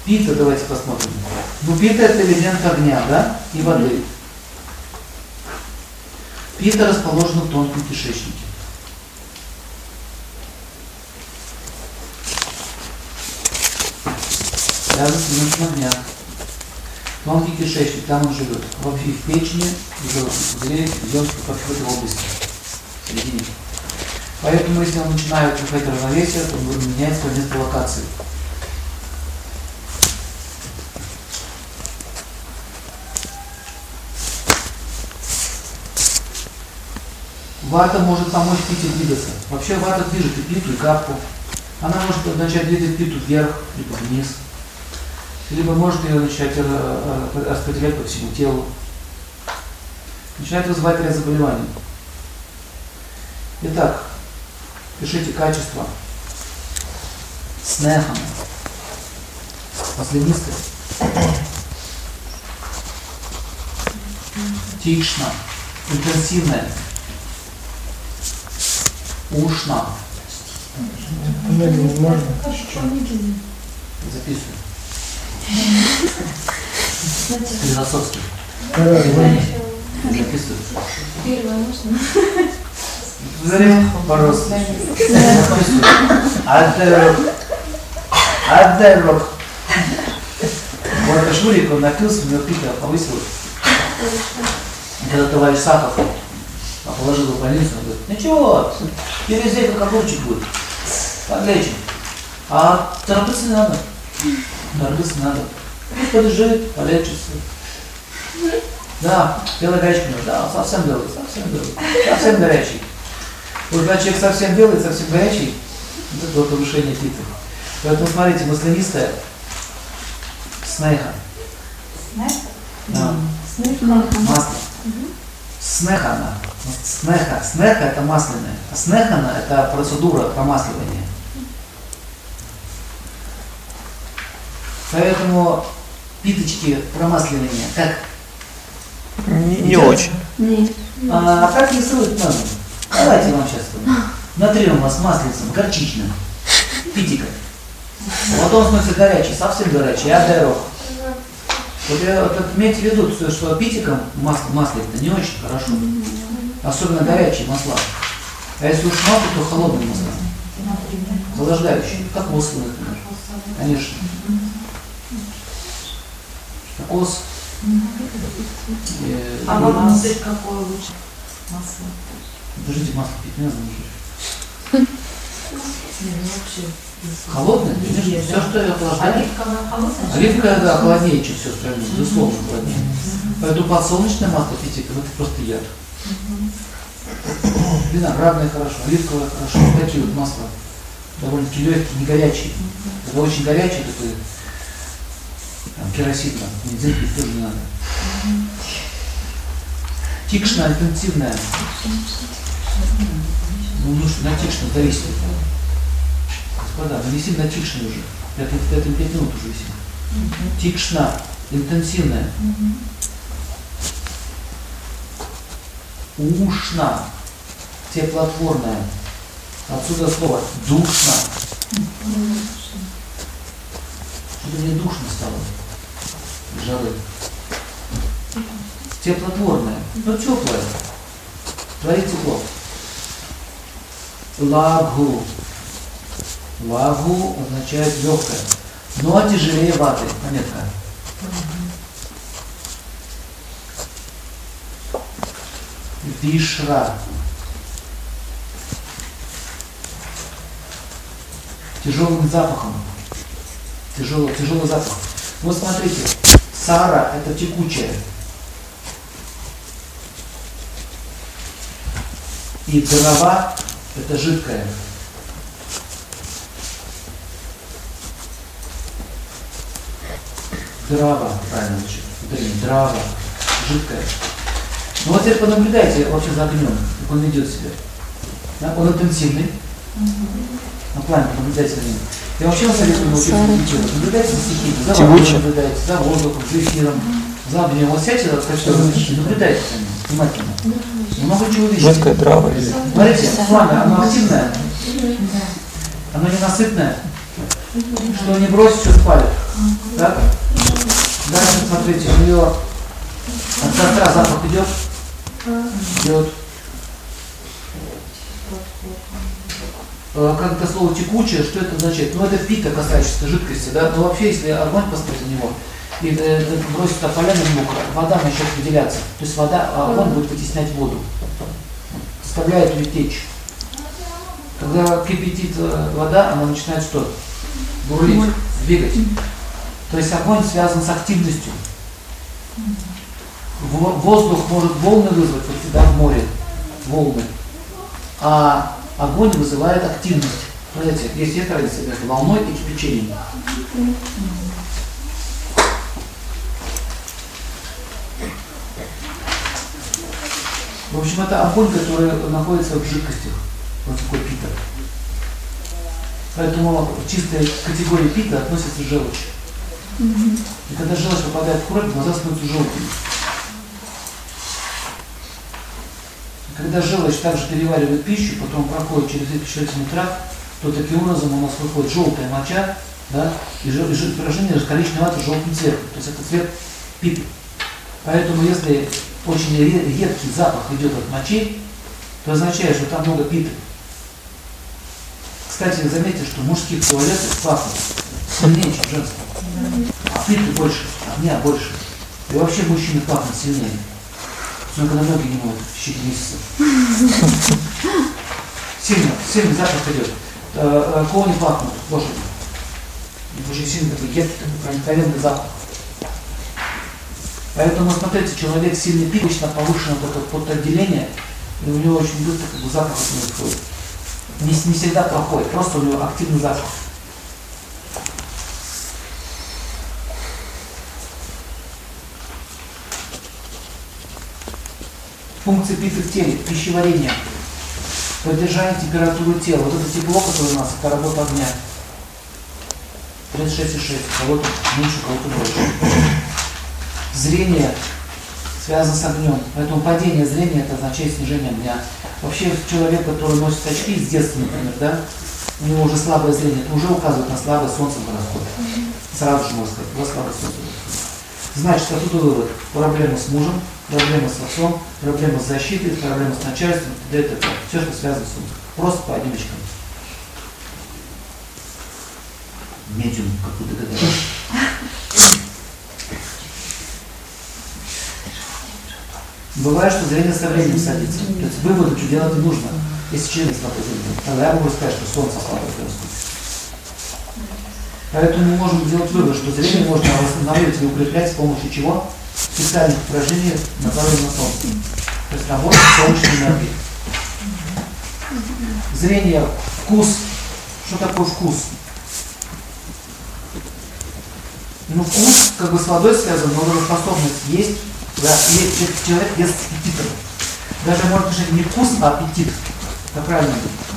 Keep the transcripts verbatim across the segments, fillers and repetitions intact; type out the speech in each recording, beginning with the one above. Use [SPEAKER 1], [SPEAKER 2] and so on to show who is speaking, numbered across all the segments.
[SPEAKER 1] Пита, давайте посмотрим. Ну, пита это элемент огня, да, и воды. Пита расположена в тонком кишечнике. Рядом с элементом огня. Тонкий кишечник, там он живет. Вообще в печени, в желудке, в легких, в этой области. В середине. Поэтому, если он начинает выходить равновесие, то он меняет свое место локации. Вата может помочь пите двигаться. Вообще вата движет и питу, и капку. Она может начать двигать питу вверх, либо вниз. Либо может ее начать распределять по всему телу. Начинает вызывать ряд заболеваний. Итак, пишите качество. Снехана. Маслянистый. Тикшна. Интенсивная. Ушна. Записываю. Философский. Записываю. Зарем по-русски. Записываю. Адерок. Адерок. Вот Шурик, он напился, у него пита повысилось. Когда товарищ Сахов положил его в больницу, он говорит, ничего, через день огурчик будет, подлечим. А торопиться не надо. Торопиться не надо. Пусть подождет, полечится. Да, белая горячка, да, совсем белый, совсем белый, совсем горячий. Вот когда человек совсем белый, совсем горячий, это вот повышение пита. Поэтому смотрите, маслянистая снеха.
[SPEAKER 2] Снеха?
[SPEAKER 1] Да.
[SPEAKER 2] Снеха.
[SPEAKER 1] Масло. Снехана. Снеха. Снеха это масляное. А снехана это процедура промасливания. Поэтому питочки промасливания как?
[SPEAKER 3] Не, не очень.
[SPEAKER 2] Нет.
[SPEAKER 1] А как рисуют надо? Давайте вам сейчас натрием вас маслицем, горчичным. Питика. Вот он становится горячий, совсем горячий, а дорог. Вот я вот имейте в виду, что питиком масло, масло это не очень хорошо. Особенно горячие масла. А если уж масло, то холодные масла. Охлаждающие. Как масло, например. Конечно. Кокос.
[SPEAKER 2] А вам внутрь какое лучше масло?
[SPEAKER 1] Подождите, масло пить не надо уже. Холодное? Конечно. Все, что я охлаждаю.
[SPEAKER 2] Оливковое холодное?
[SPEAKER 1] Оливковое, да, холоднее, чем все остальное. Безусловно, холоднее. Поэтому подсолнечное масло пить, это просто яд. Виноградное хорошо, оливковое хорошо. Вот такие вот масла довольно-таки легкие, не горячие. Когда очень горячие, то ты там, керосин, бензин пить тоже не надо. Тикшна интенсивная. Ну, нужно на тикшну зависит. Господа, мы висим на тикшне уже. пять минут уже висим. Тикшна интенсивная. Ушна. Теплотворная. Отсюда слово душно. Что-то мне душно стало. Жары. Теплотворная. Ну, теплая. Творит тепло. Лагу. Лагу означает легкое. Но тяжелее ваты. Пометка. Вишра. Тяжелым запахом. Тяжелый, тяжелый запах. Вот смотрите, сара это текучая. И дрова это жидкая. Дрова, правильно звучит. Дрова, жидкая. Ну вот теперь понаблюдайте вообще за огнем, как он ведет себя. Да? Он интенсивный. На пламя наблюдайте за ним. Я вообще вас советую научиться медитировать. Наблюдайте за стихией, за водой наблюдайте, за воздухом, за эфиром, за огнем. Вот сядьте, вот, наблюдайте за ним внимательно. Много чего увидите.
[SPEAKER 3] Жидкая трава.
[SPEAKER 1] Смотрите, пламя, оно активное, оно ненасытное. Что не бросить, что спалит. Так? Дальше, смотрите, у нее от костра запах идет. Идет. Как это слово текучее, что это означает? Ну это пита, касающаяся жидкости, да? Но вообще, если огонь поставить на него и э, бросить на поляну, вода начнет выделяться. То есть вода, а огонь будет вытеснять воду. Заставляет ее течь. Когда кипятит вода, она начинает что? Бурлить, двигать. То есть огонь связан с активностью. Воздух может волны вызвать, вот всегда в море, волны. А огонь вызывает активность. Понимаете, есть разница между волной и кипячением. В общем, это огонь, который находится в жидкостях. Вот такой пита. Поэтому к чистой категории пита относится желчь. И когда желчь попадает в кровь, глаза становятся желтыми. Когда желчь также переваривает пищу, потом проходит через пищеварительный тракт, то таким образом у нас выходит желтая моча, да, и выражение коричневатый желтым цветом. То есть это цвет питы. Поэтому если очень редкий запах идет от мочи, то означает, что там много питы. Кстати, заметьте, что мужских туалетах пахнут сильнее, чем женских. А питы больше, огня больше. И вообще мужчины пахнут сильнее. Но когда ноги не моют в течение месяца. Сильно, сильный запах идет. Кони пахнут лошади. Очень сильный такой едкий, такой проникновенный запах. Поэтому, смотрите, человек сильный пит, обычно повышено вот это потоотделение, и у него очень быстро как бы, запах происходит. Не, не всегда плохой, просто у него активный запах. Функции питы в теле, пищеварение, поддержание температуры тела. Вот это тепло, которое у нас, это работа огня. тридцать шесть и шесть, кого-то меньше, кого-то больше. Зрение связано с огнем, поэтому падение зрения это означает снижение огня. Вообще человек, который носит очки с детства, например, да, у него уже слабое зрение, это уже указывает на слабое солнце гороскоп. Сразу же можно сказать, у вас слабое солнце гороскоп. Значит, отсюда вывод. Проблема с мужем, проблема с отцом, проблема с защитой, проблема с начальством, т.д. т.п. Все, что связано с мужем. Просто по одиночкам. Медиум, как вы догадались. Бывает, что зрение со временем садится. То есть выводы что делать не нужно. Если человек слабое зрение, тогда я могу сказать, что солнце слабое гороскоп. Поэтому мы можем сделать вывод, что зрение можно восстанавливать или укреплять с помощью чего? Специальных упражнений, направленных на солнце. То есть работа с солнечной энергией. Зрение, вкус. Что такое вкус? Ну, вкус как бы с водой связан, но уже способность есть, да, и человек ест с аппетитом. Даже можно сказать не вкус, а аппетит. Это правильно.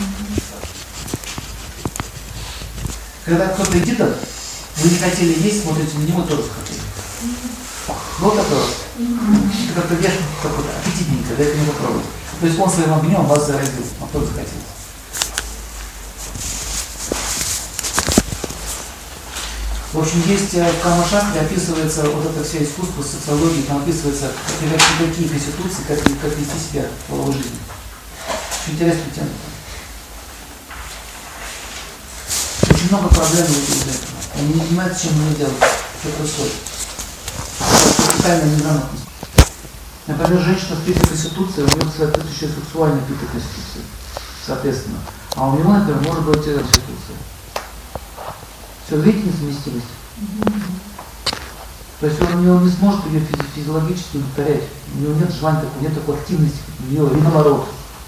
[SPEAKER 1] Когда кто-то едит, вы не хотели есть, смотрите на него, тоже захотели. Вот такое. Это как-то вешает, такой аппетитненько, дайте мне попробовать. То есть он своим огнем вас заразил, а кто захотел. В общем, есть в Кама-шастре описывается вот это все искусство, социология, там описывается, какие конституции, как, как вести себя в половой жизни. Очень интересная тема. Очень много проблем у людей. Они не понимают, чем они делают, что происходит. Тотальная неграмотность. Например, женщина с пятой конституцией, у нее соответствующая сексуальная пятая конституция, соответственно. А у него, например, может быть эта конституция. Все, видите несовместимость? Mm-hmm. То есть он, он не сможет ее физи физиологически повторять. У него нет желания такой, нет такой активности, как у нее, и наоборот.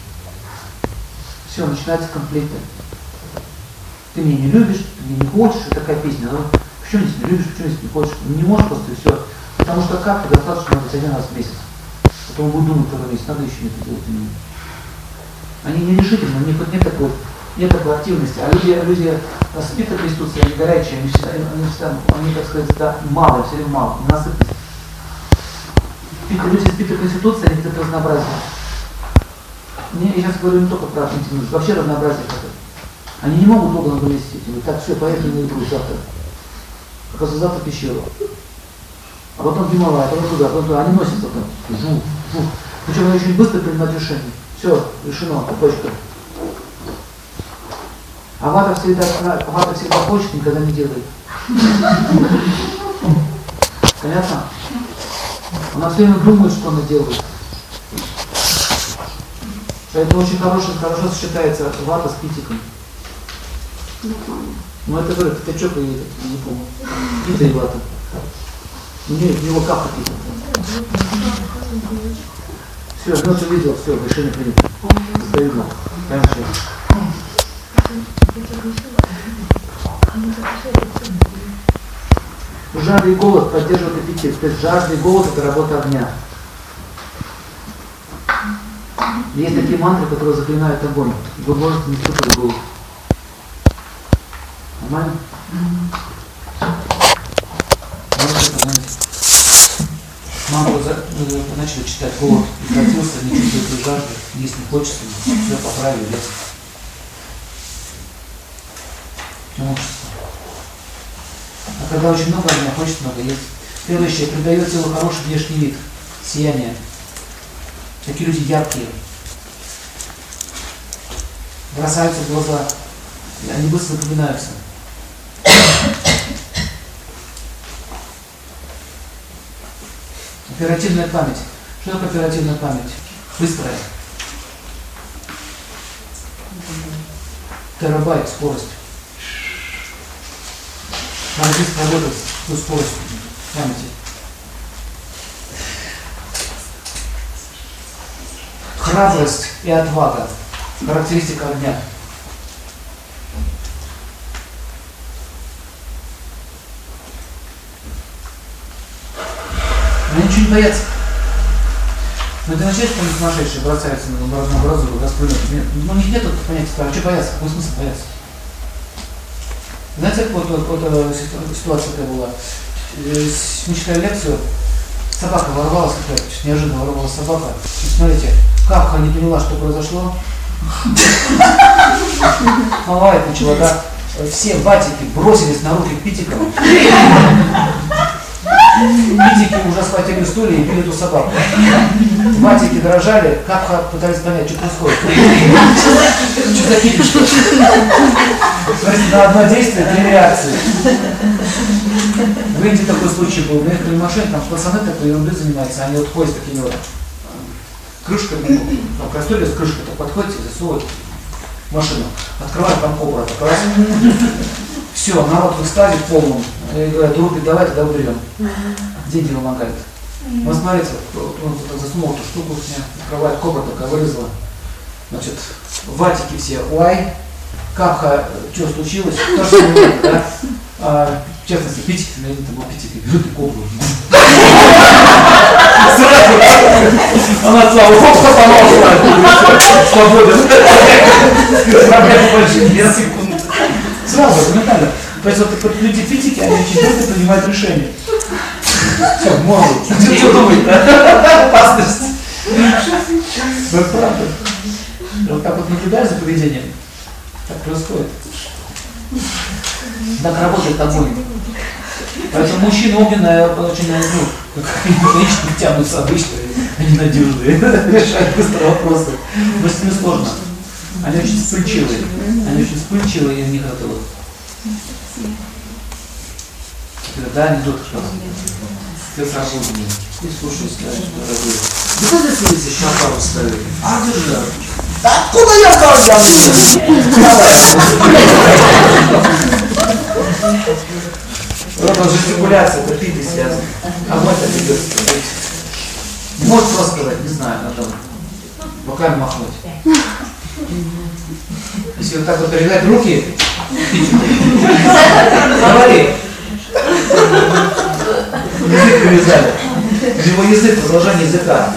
[SPEAKER 1] Все, начинаются конфликты. Ты меня не любишь, ты меня не хочешь, это такая песня, да? Почему ты не любишь, почему ты не хочешь? Не можешь просто, и все. Потому что как-то достаточно надо один раз в месяц. Потом будет думать второй месяц, надо еще это делать. Они не решительны, у них вот нет такой, нет такой активности. А люди, люди с питой конституцией, они горячие, они всегда, они, всегда, они, так сказать, да, мало, все время мало, ненасытность. Люди с питой конституцией, они хотят разнообразия. Я сейчас говорю не только про интимность, вообще разнообразие хотят. Они не могут долго наглядеть. Говорят, так, все, поехали на игру завтра. Оказывается, завтра в пещеру. А потом Гималай, а потом туда, а потом туда. Они носятся там. Жух, жух. Причем они очень быстро принимают решение. Все, решено, точка. А вата всегда, вата всегда хочет, никогда не делает. Понятно? Она все время думает, что она делает. Поэтому очень хорошо, хорошо сочетается вата с питиком. Ну это говорит, это что поедет, не помню. Пита и вата. У нее, у него капа пита. Все, ну ты видел, все, решение принято. Сдаю. Прямо сейчас. Жажда и голод поддерживают аппетит. То есть жажда и голод – это работа огня. Есть такие мантры, которые заклинают огонь. Вы можете не испытывать голод. Нормально? Мантру вы начали читать, голод прекратился, не чувствуете жажды, есть не хочется, все поправили, лес. Мужество. А когда очень много огня, хочется много есть. Следующее, придает телу хороший внешний вид, сияние. Такие люди яркие. Бросаются в глаза. Они быстро запоминаются. Оперативная память. Что такое оперативная память? Быстрая. Терабайт скорость. Надо быстро работать с скоростью памяти. Храбрость и отвага. Характеристика огня. Они ничего не боятся. Но это начать, что они сумасшедшие, бросаются на разнообразную расплюнуть. Ну, у них нет понятия, а что бояться, какой смысл бояться? Знаете, вот, вот, вот ситуация такая была. Мы читали лекцию, собака ворвалась какая-то, неожиданно ворвалась собака. И смотрите, Капха не поняла, что произошло. Малая начала, да? Все ватики бросились на руки к питикам. Питики уже схватили стулья и били эту собаку. Ватики дрожали, Капха пытались понять, что происходит. Что за питик, что? Смотрите, на одно действие, две реакции. В Индии такой случай был. Наехали в машине, там пацаны такой ерундой занимаются, они вот ходят такими вот крышками, там кастрюля с крышкой, так подходите, засовывают в машину, открывают, там кобра такая. Все, народ в экстазе полном. И говорят, рубит, давай тогда уберем. Деньги вымогают. Ну, смотрите, он тут засунул эту штуку, открывает, кобра такая вылезла. Значит, ватики все, уай, Капха, что случилось, то, что не видно, да? А, в частности, питики, наверное, там был питик, берут и кобру. Сразу, она слава, хоп, хоп, она ушла. Свобода. Проблемы большие, две секунды. Сразу, моментально. То есть вот люди питики, они очень быстро принимают решения. Все, могут. Что думать, да? Опасность. Ну, это правда. Вот так вот наблюдаешь за поведением, так происходит. Так работает огонь. Поэтому мужчины огненные очень, ну, как женщины тянутся обычно, они надежные, решают быстро вопросы. Но с ними сложно. Они очень вспыльчивые. Они очень вспыльчивые, и у них это вот. Да, анекдот, что ты сразу не слушай, скажешь, дорогой. Да куда здесь еще пару ставили? А, держи. Да откуда я сказал, я вот он жестикуляция, это питы связано. А вот это идет. Может просто сказать, не знаю, надо руками махнуть. Если вот так вот передать руки, говори. Язык привязали. Его язык, продолжение языка.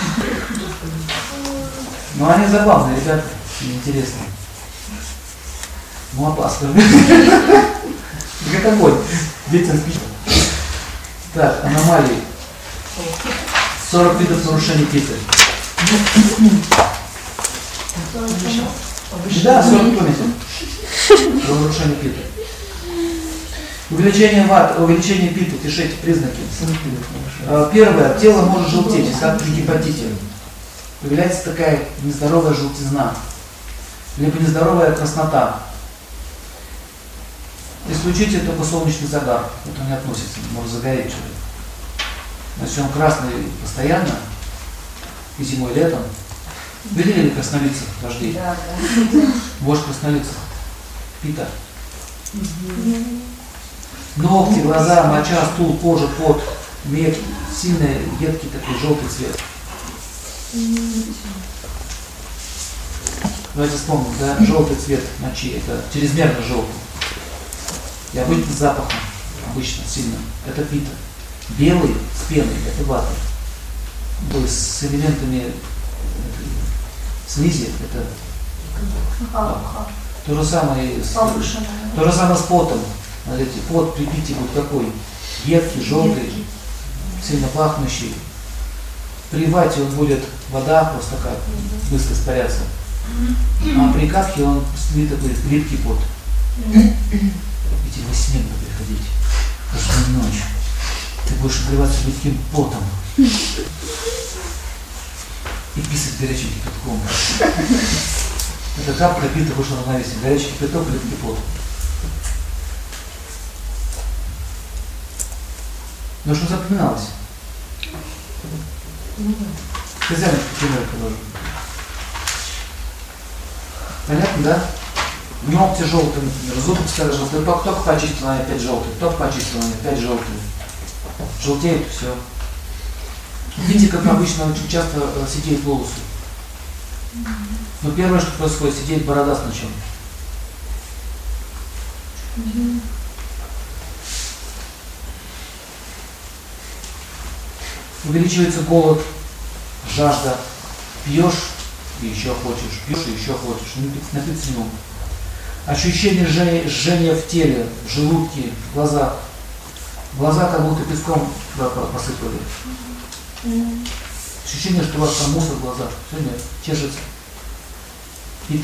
[SPEAKER 1] Ну они забавные, ребята, интересные. Ну опасно. Как огонь. Ветер спичка. Так, аномалии. сорок видов нарушений питы. Да, все помните. Разрушение питы. Увеличение ваты, увеличение питы, пишите признаки. Первое, тело может желтеть, как при гепатите. Появляется такая нездоровая желтизна, либо нездоровая краснота. Исключите только солнечный загар, это не относится, может загореть человек. Значит, он красный постоянно, и зимой, и летом. Видели ли краснолицых вождей?
[SPEAKER 2] Да, да.
[SPEAKER 1] Вождь краснолицых. Пита. Ногти, глаза, моча, стул, кожа, пот имеют сильный, едкий такой желтый цвет. Давайте вспомним, да, желтый цвет мочи, это чрезмерно желтый. И обычно с запахом, обычно сильно, это пита. Белый с пеной, это вата. То есть с элементами слизи, это а, то же самое с, то же самое с потом. Смотрите, пот при пите будет какой? Едкий, желтый, сильно пахнущий. При вате он будет вода просто как быстро испаряться. А при капхе он слит такой липкий пот. Видите, во сне будет приходить каждую ночь. Ты будешь обливаться липким потом. И писать горячим кипятком. Это капля пита вышла на навесе. Горячий кипяток и липкий пот. Ну что запоминалось? Хозяин, пример положу. Понятно, да? Ногти желтые, например, зубы всегда желтые. Только почистил, они опять желтые. Только почистил, они опять желтые. Желтеют, все. Видите, как обычно очень часто сидеют волосы. Но первое, что происходит, сидеет борода сначала. Увеличивается голод, жажда. Пьешь и еще хочешь, пьешь и еще хочешь. Напиться не могут. Ощущение жжения в теле, в желудке, в глазах. Глаза как будто песком посыпали. Ощущение, что у вас там мусор в глазах. Сегодня чешется. Пита.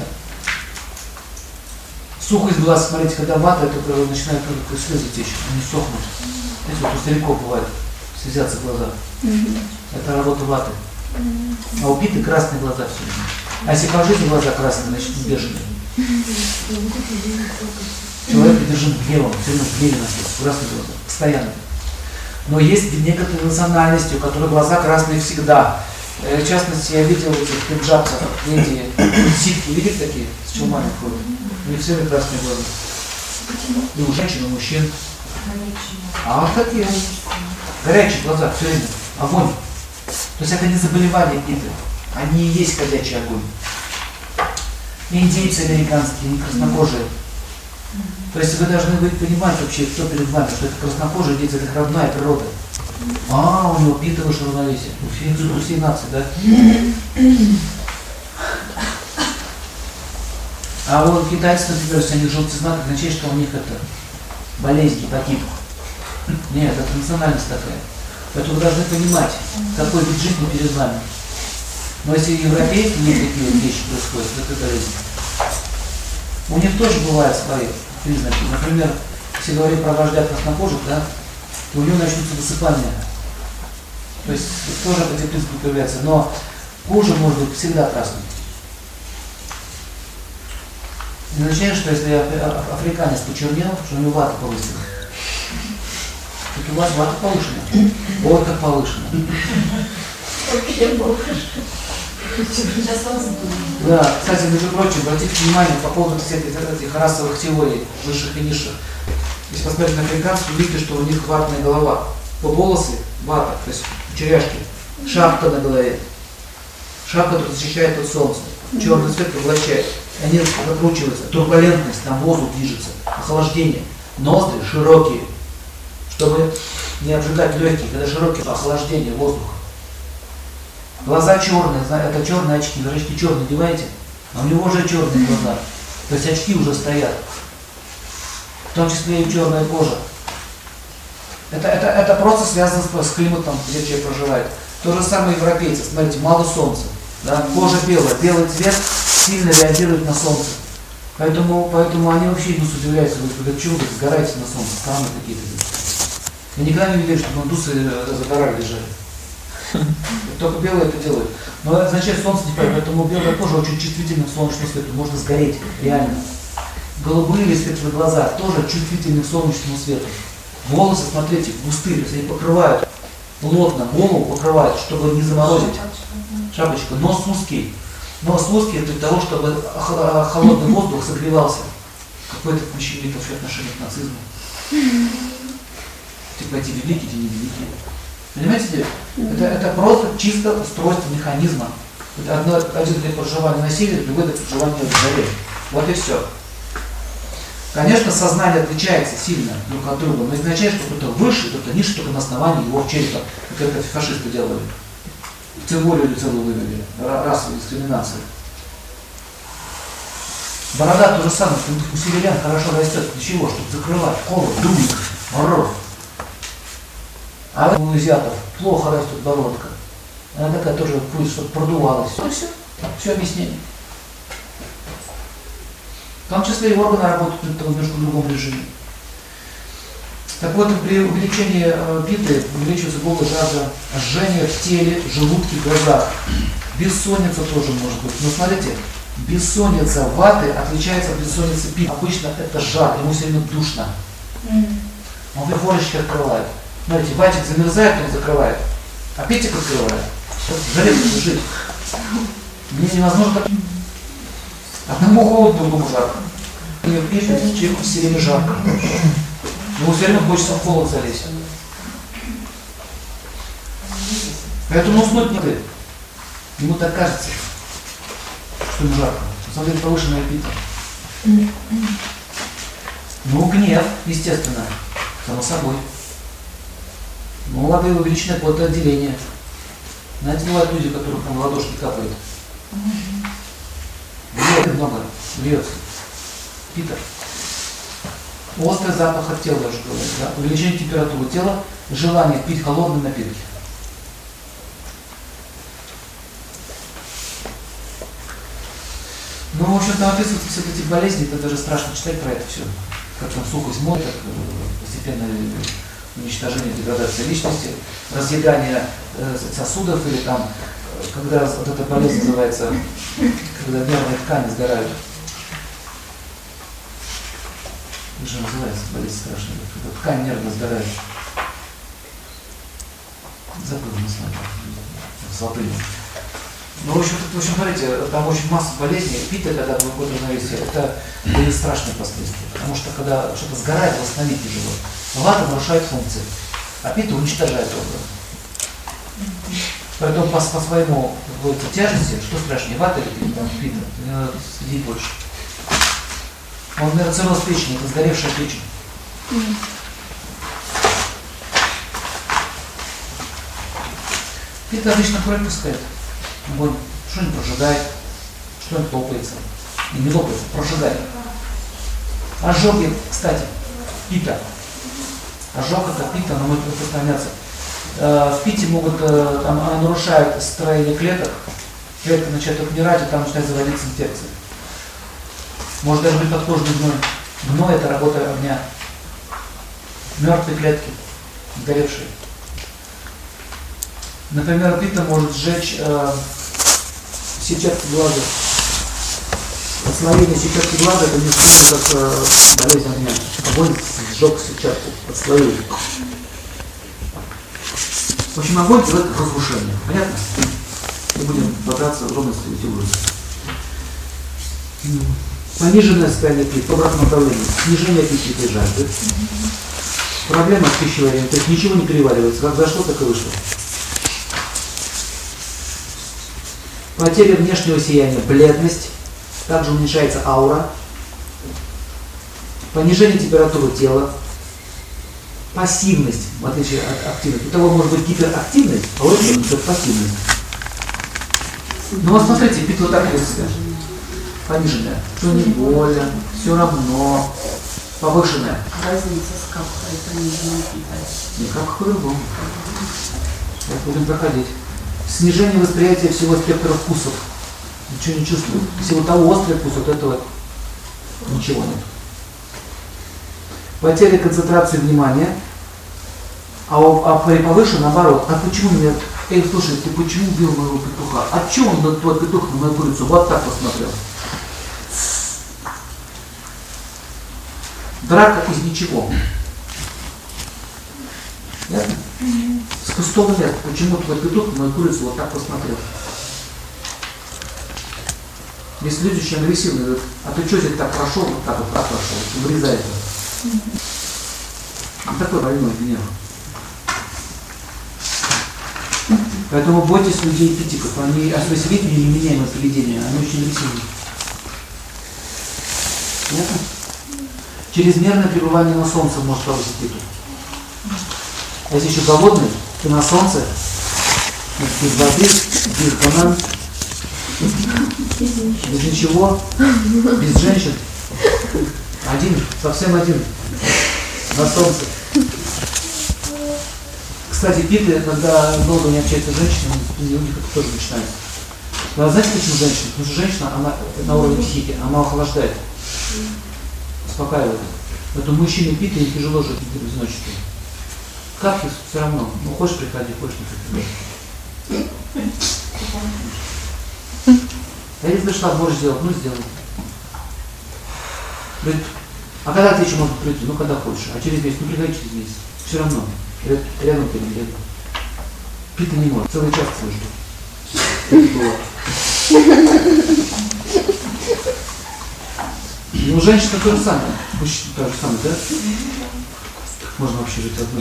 [SPEAKER 1] Сухость глаз, смотрите, когда вата, это начинает как слезы течь, они сохнут. Знаете, вот у стариков бывает, слезятся глаза. Mm-hmm. Это работа ваты. Mm-hmm. А у питы красные глаза все время. А если по жизни глаза красные, значит беженые. Mm-hmm. Человек одержим гневом, все время в гневе находится, красные глаза, постоянно. Но есть некоторые национальности, у которых глаза красные всегда. В частности, я видел этих пенджабцев, эти ситхи, видите такие, с чумами ходят? У них все время красные глаза. И у женщин, и у мужчин. А вот такие. Горячие глаза, все время. Огонь. То есть это не заболевание питы. Они и есть ходячий огонь. И индейцы американские, не краснокожие. То есть вы должны быть понимать вообще, кто перед вами, что это краснокожие дети, это их родная природа. А, у него пита выше равновесия. У всей нации, да? А вот китайцы, например, если они желтизна, это означает, что у них это болезнь, гепатит. Нет, это национальность такая. Поэтому вы должны понимать, какой вид жизни перед вами. Но если европейцы не такие вещи происходят, то это болезнь. У них тоже бывают свои признаки. Например, если говорить про вождя краснокожих, да, то у него начнутся высыпания. То есть тоже эти признаки появляются. Но кожа может быть всегда красной. Не означает, что если африканец почернел, что у него вата повысилась. Так у вас вата повышена. Ой, как повышена. Да, кстати, между прочим, обратите внимание по поводу всех этих расовых теорий, высших и низших. Если посмотреть на африканцев, видите, что у них ватная голова. По волосы вата, то есть черяшки, шапка на голове. Шапка тут защищает от солнца. Черный цвет поглощает. Они закручиваются. Турбулентность, там воздух движется. Охлаждение. Ноздри широкие, чтобы не обжигать легкие, когда широкие, охлаждение воздуха. Глаза черные, это черные очки. Вы очки черные надеваете, а у него уже черные глаза. То есть очки уже стоят. В том числе и черная кожа. Это, это, это просто связано с, с климатом, где человек проживает. То же самое европейцы. Смотрите, мало солнца. Да? Кожа белая. Белый цвет сильно реагирует на солнце. Поэтому, поэтому они вообще индусы удивляются, говорят, чего вы сгораете на солнце, странные какие-то. Я никогда не видел, чтобы индусы загорали, лежали. Только белые это делают. Но это означает, солнце не пойдет, поэтому белая кожа очень чувствительна к солнечному свету, можно сгореть, реально. Голубые или светлые глаза тоже чувствительны к солнечному свету. Волосы, смотрите, густые, то есть они покрывают плотно, голову покрывают, чтобы не заморозить. Шапочка. Нос узкий. Нос узкий для того, чтобы холодный воздух согревался. Какой-то включение вообще отношение к нацизму. Типа эти великие, эти невеликие. Понимаете? Это, это просто чисто устройство механизма. Это одно, один для проживания на севере, другой для проживания в горе. Вот и все. Конечно, сознание отличается сильно друг от друга, но это означает, что кто-то выше, кто-то ниже, только на основании его черепа, как это фашисты делали. Теорию целую вывели, расовую дискриминацию. Борода то же самое, у северян хорошо растет. Для чего? Чтобы закрывать холод, дует, мороз. А у азиатов плохо растет бородка. Она такая тоже будет, чтобы продувалась. Все, все, все объяснение. В том числе и органы работают в немножко другом режиме. Так вот, при увеличении э, питы увеличивается голод, жажда, жжение в теле, желудке, глазах. Бессонница тоже может быть. Но смотрите, бессонница ваты отличается от бессонницы питы. Обычно это жар, ему все время душно. Он форочки открывает. Смотрите, ватик замерзает, он закрывает. А питик открывает. Жаре жить. Мне невозможно так. Одному холодно, другому жарко. И пишет, человеку все время жарко. Ему все время хочется в холод залезть. Поэтому уснуть не ты. Ему так кажется, что ему жарко. Смотрите, повышенная пита. Ну, гнев, естественно, само собой. Ну, молодые увеличенное потоотделение. Знаете, бывают люди, которых там ладошки капают. Льет много, льется. Пита. Острый запах от тела, я уже говорю, да? Увеличение температуры тела, желание пить холодные напитки. Ну, в общем-то, описываются все эти болезни, это даже страшно читать про это все. Как там сухость мозга, как постепенное уничтожение, деградация личности, разъедание э, сосудов, или там, когда вот эта болезнь называется, когда нервные ткани сгорают. Как же называется болезнь страшная, когда ткань нервно сгорает. Забыл название. Золотые. Ну, в общем, в общем, смотрите, там очень масса болезней. Пита, когда выходит в равновесие, это были страшные последствия. Потому что когда что-то сгорает, восстановить тяжело. Вата нарушает функции, а пита уничтожает образ. Поэтому по, по своему какой-то тяжести, что страшнее, вата или пита? Пита. Не надо следить больше. Он, наверное, цирроз печени, это сгоревшая печень. Пита обычно кровь пускает. Огонь что-нибудь прожигает, что-нибудь лопается. И не лопается, прожигает. Ожоги, кстати, пита. Ожог это пита, она может распространяться. В пите могут, там, она нарушает строение клеток, клетка начинает отмирать, и там начинает заводиться инфекция. Может даже быть подкожный гной. Гной это работа огня. Мертвые клетки, сгоревшие. Например, пита может сжечь э, сетчатку глаза. Отслоение сетчатки глаза это не сильно как э, болезнь огня. Огонь сжег сетчатку, отслоил. В общем, огонь это как разрушение. Понятно? Мы будем бодаться в ровности эти уровни. Пониженное состояние пита, в обратном направлении. Снижение аппетита и жажды. Проблема с пищеварением, то есть ничего не переваривается. Как зашло, так и вышло. Потеря внешнего сияния, бледность, также уменьшается аура, понижение температуры тела, пассивность, в отличие от активности. У того может быть гиперактивность, а у этого это пассивность. Ну вот смотрите, пита вот так ведет себя. Пониженная, что не больно, все равно, повышенная.
[SPEAKER 4] Разница с капхой, пониженной питой.
[SPEAKER 1] Не капха по-другому. Сейчас будем проходить. снижение восприятия всего спектра вкусов. Ничего не чувствую. Всего того острый вкус, вот этого ничего нет. Потеря концентрации внимания. А, а при повыше наоборот. А почему меня... Эй, слушай, ты почему убил моего петуха? А чего он, твой петух, на мою курицу вот так посмотрел? Драка из ничего. Ясно? С пустого места. Почему твой петух на мою курицу вот так посмотрел? Если люди очень агрессивные, говорят, а ты что здесь так прошел, вот так вот так прошел, вырезает его. Не такой больной гнев. Поэтому бойтесь людей питиков. Они, а если видите неменяемое поведение, они очень агрессивны. Понятно? Чрезмерное пребывание на солнце может повысить питу. А если еще голодный, то на солнце, без воды, без банан, без ничего, без женщин, один, совсем один, на солнце. Кстати, питы, когда долго не общаются с женщинами, у них это тоже начинается. Но знаете, почему женщина? Потому что женщина, она на уровне психики, она охлаждает, успокаивает. Поэтому мужчине питы им тяжело жить в одиночестве. Как ты все равно? Ну, хочешь приходи, хочешь не приходи. Я не пришла, можешь сделать, ну сделай. Говорит, а когда ты еще можешь прийти? Ну, когда хочешь. А через месяц? Ну, приходи через месяц. Все равно. Рядом ты не рядом. Пита не может. Целый час твой жду. Ну, женщина то же самое. Мужчина то же самое, да? Можно вообще жить одной.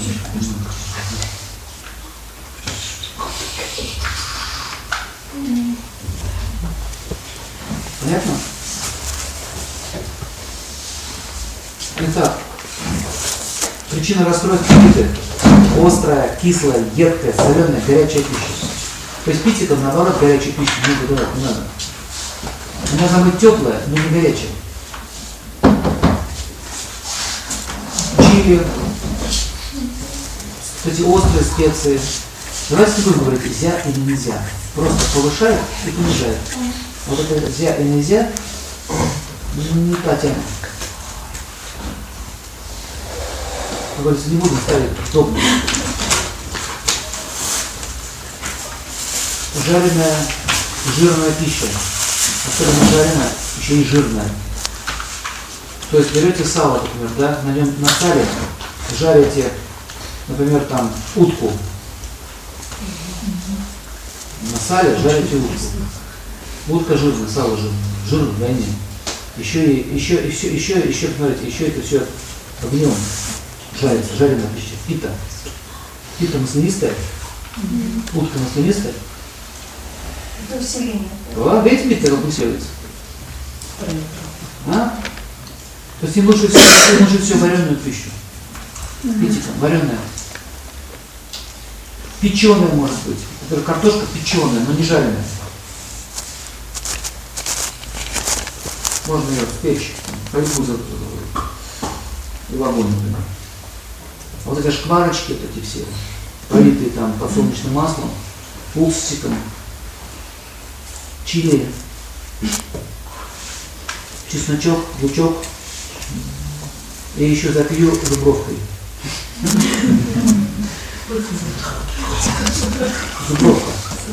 [SPEAKER 1] Понятно? Итак, причина расстройства питы. Острая, кислая, едкая, соленая, горячая пища. То есть питикам, наоборот, горячая пища много давать не надо. Она должна быть теплая, но не горячая. Чили, эти острые специи. Давайте не будем говорить нельзя или нельзя. Просто повышает и понижает. Вот это нельзя и нельзя не та тема. Как говорится, не будем ставить топливо. Жареная, жирная пища. Особенно жареная, еще и жирная. То есть берете сало, например, да, на нем на сале жарите, например, там утку. На сале жарите утку. Утка жирная, сало жирное, жир вдвойне. Еще и еще, еще, еще, еще, смотрите, еще это все огнем жарится, жареная пища. Пита. Пита маслянистая. Утка маслянистая.
[SPEAKER 2] Это усиление.
[SPEAKER 1] Да, видите, пита как усиливается. А? То есть им лучше все, им лучше все вареную пищу. Питика, вареная. Печеная может быть. Это картошка печеная, но не жареная. Можно ее спечь, пойду за и в огонь, например. А вот эти шкварочки, вот эти все, политые там подсолнечным маслом, уксусиком, чили, чесночок, лучок, и еще запью зубровкой. Зубровка.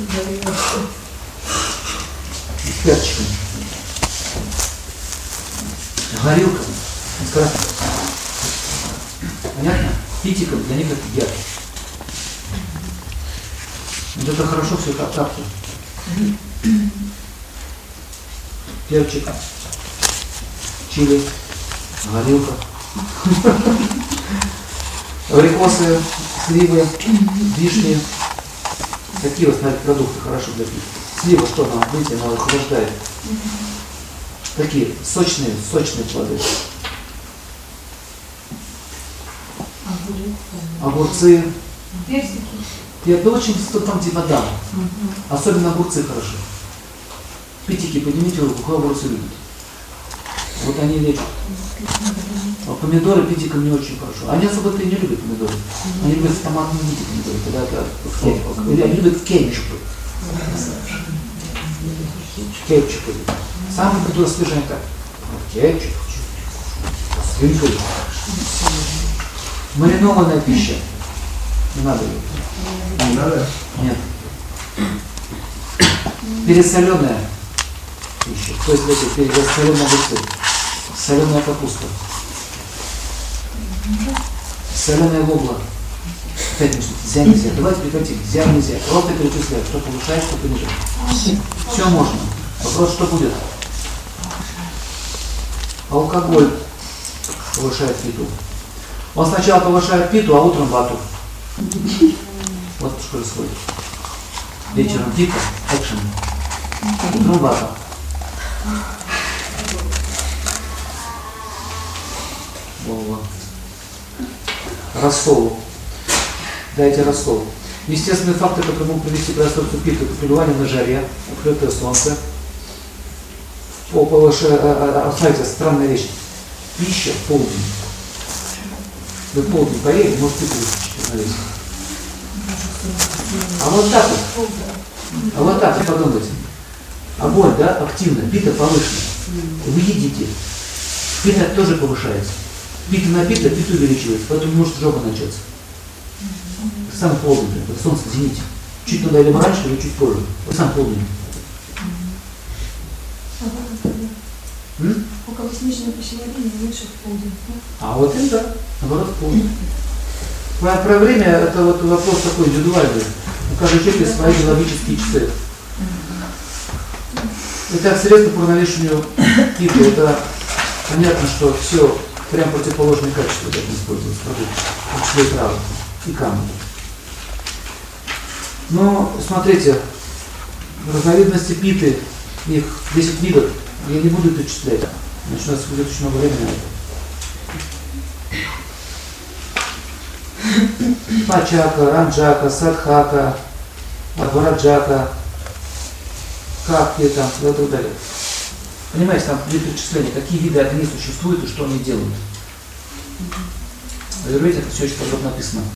[SPEAKER 1] С перчиком. Горилка. Понятно? Питиком для них это яд. Вот это хорошо все как капсуль. Перчик, чили, горилка. Абрикосы, сливы, вишни. Такие вот, смотрите, продукты хорошо для пита. Слива, что она, видите, она охлаждает. Такие сочные, сочные плоды. Огурцы.
[SPEAKER 2] Персики.
[SPEAKER 1] Это очень там где вода. Угу. Особенно огурцы хорошо. Питики, поднимите руку, кто огурцы любит. Вот они лечат. А помидоры питикам не очень хорошо. Они особо-то и не любят помидоры. Они любят в томатном виде помидоры. Когда это в кетчуп. Или они любят в кетчупе. Кетчуп. Самый крутой слышание так. Кетчуп. Свинкой. Маринованная пища. Не надо ее.
[SPEAKER 4] Не надо?
[SPEAKER 1] Нет. Пересоленая пища. То есть эти пересоленые огурцы. Соленая капуста. Соленая вобла. Опять нельзя, нельзя. Давайте прекратим. Нельзя, нельзя. Просто перечисляют, что повышает, что понижает. Все можно. Вопрос, что будет? Алкоголь повышает питу. Он сначала повышает питу, а утром вату. Вот что происходит. Вечером пита, экшен. Утром вата. Во-во. Рассол. Дайте рассол. Естественные факторы, которые могут привести к расстройству пита, это пребывание на жаре, открытое солнце. О, повыше, а, а, смотрите, странная вещь. Пища в полдень. Вы в полдень поели, может пита выскочить на весь. А вот так вот. А вот так вот подумайте. Огонь, да, активно, пита повышена. Вы едите. Пита тоже повышается. Пита на пита, пита увеличивается, поэтому может жога начаться. Сам полдень, вот солнце, извините. Чуть туда либо раньше, или чуть позже. Вот сам полдень. М?
[SPEAKER 2] Около сниженного пищеварения меньше в полдень.
[SPEAKER 1] А вот это, наоборот, в полдень. Про, про время это вот вопрос такой индивидуальный. У каждого человека свои биологические часы. Итак, средства по навешиванию пита, это понятно, что все прям противоположные качества должны использоваться в продукте, в том числе и травы, и камни. Но, смотрите, разновидности питы, их десять видов, я не буду перечислять, значит, у нас будет очень много времени на это. Пачака, ранджака, садхака, адвараджака, каки там, и так далее. Понимаете, там при перечислении, какие виды огней существуют и что они делают. В аюрведе это все очень подробно написано.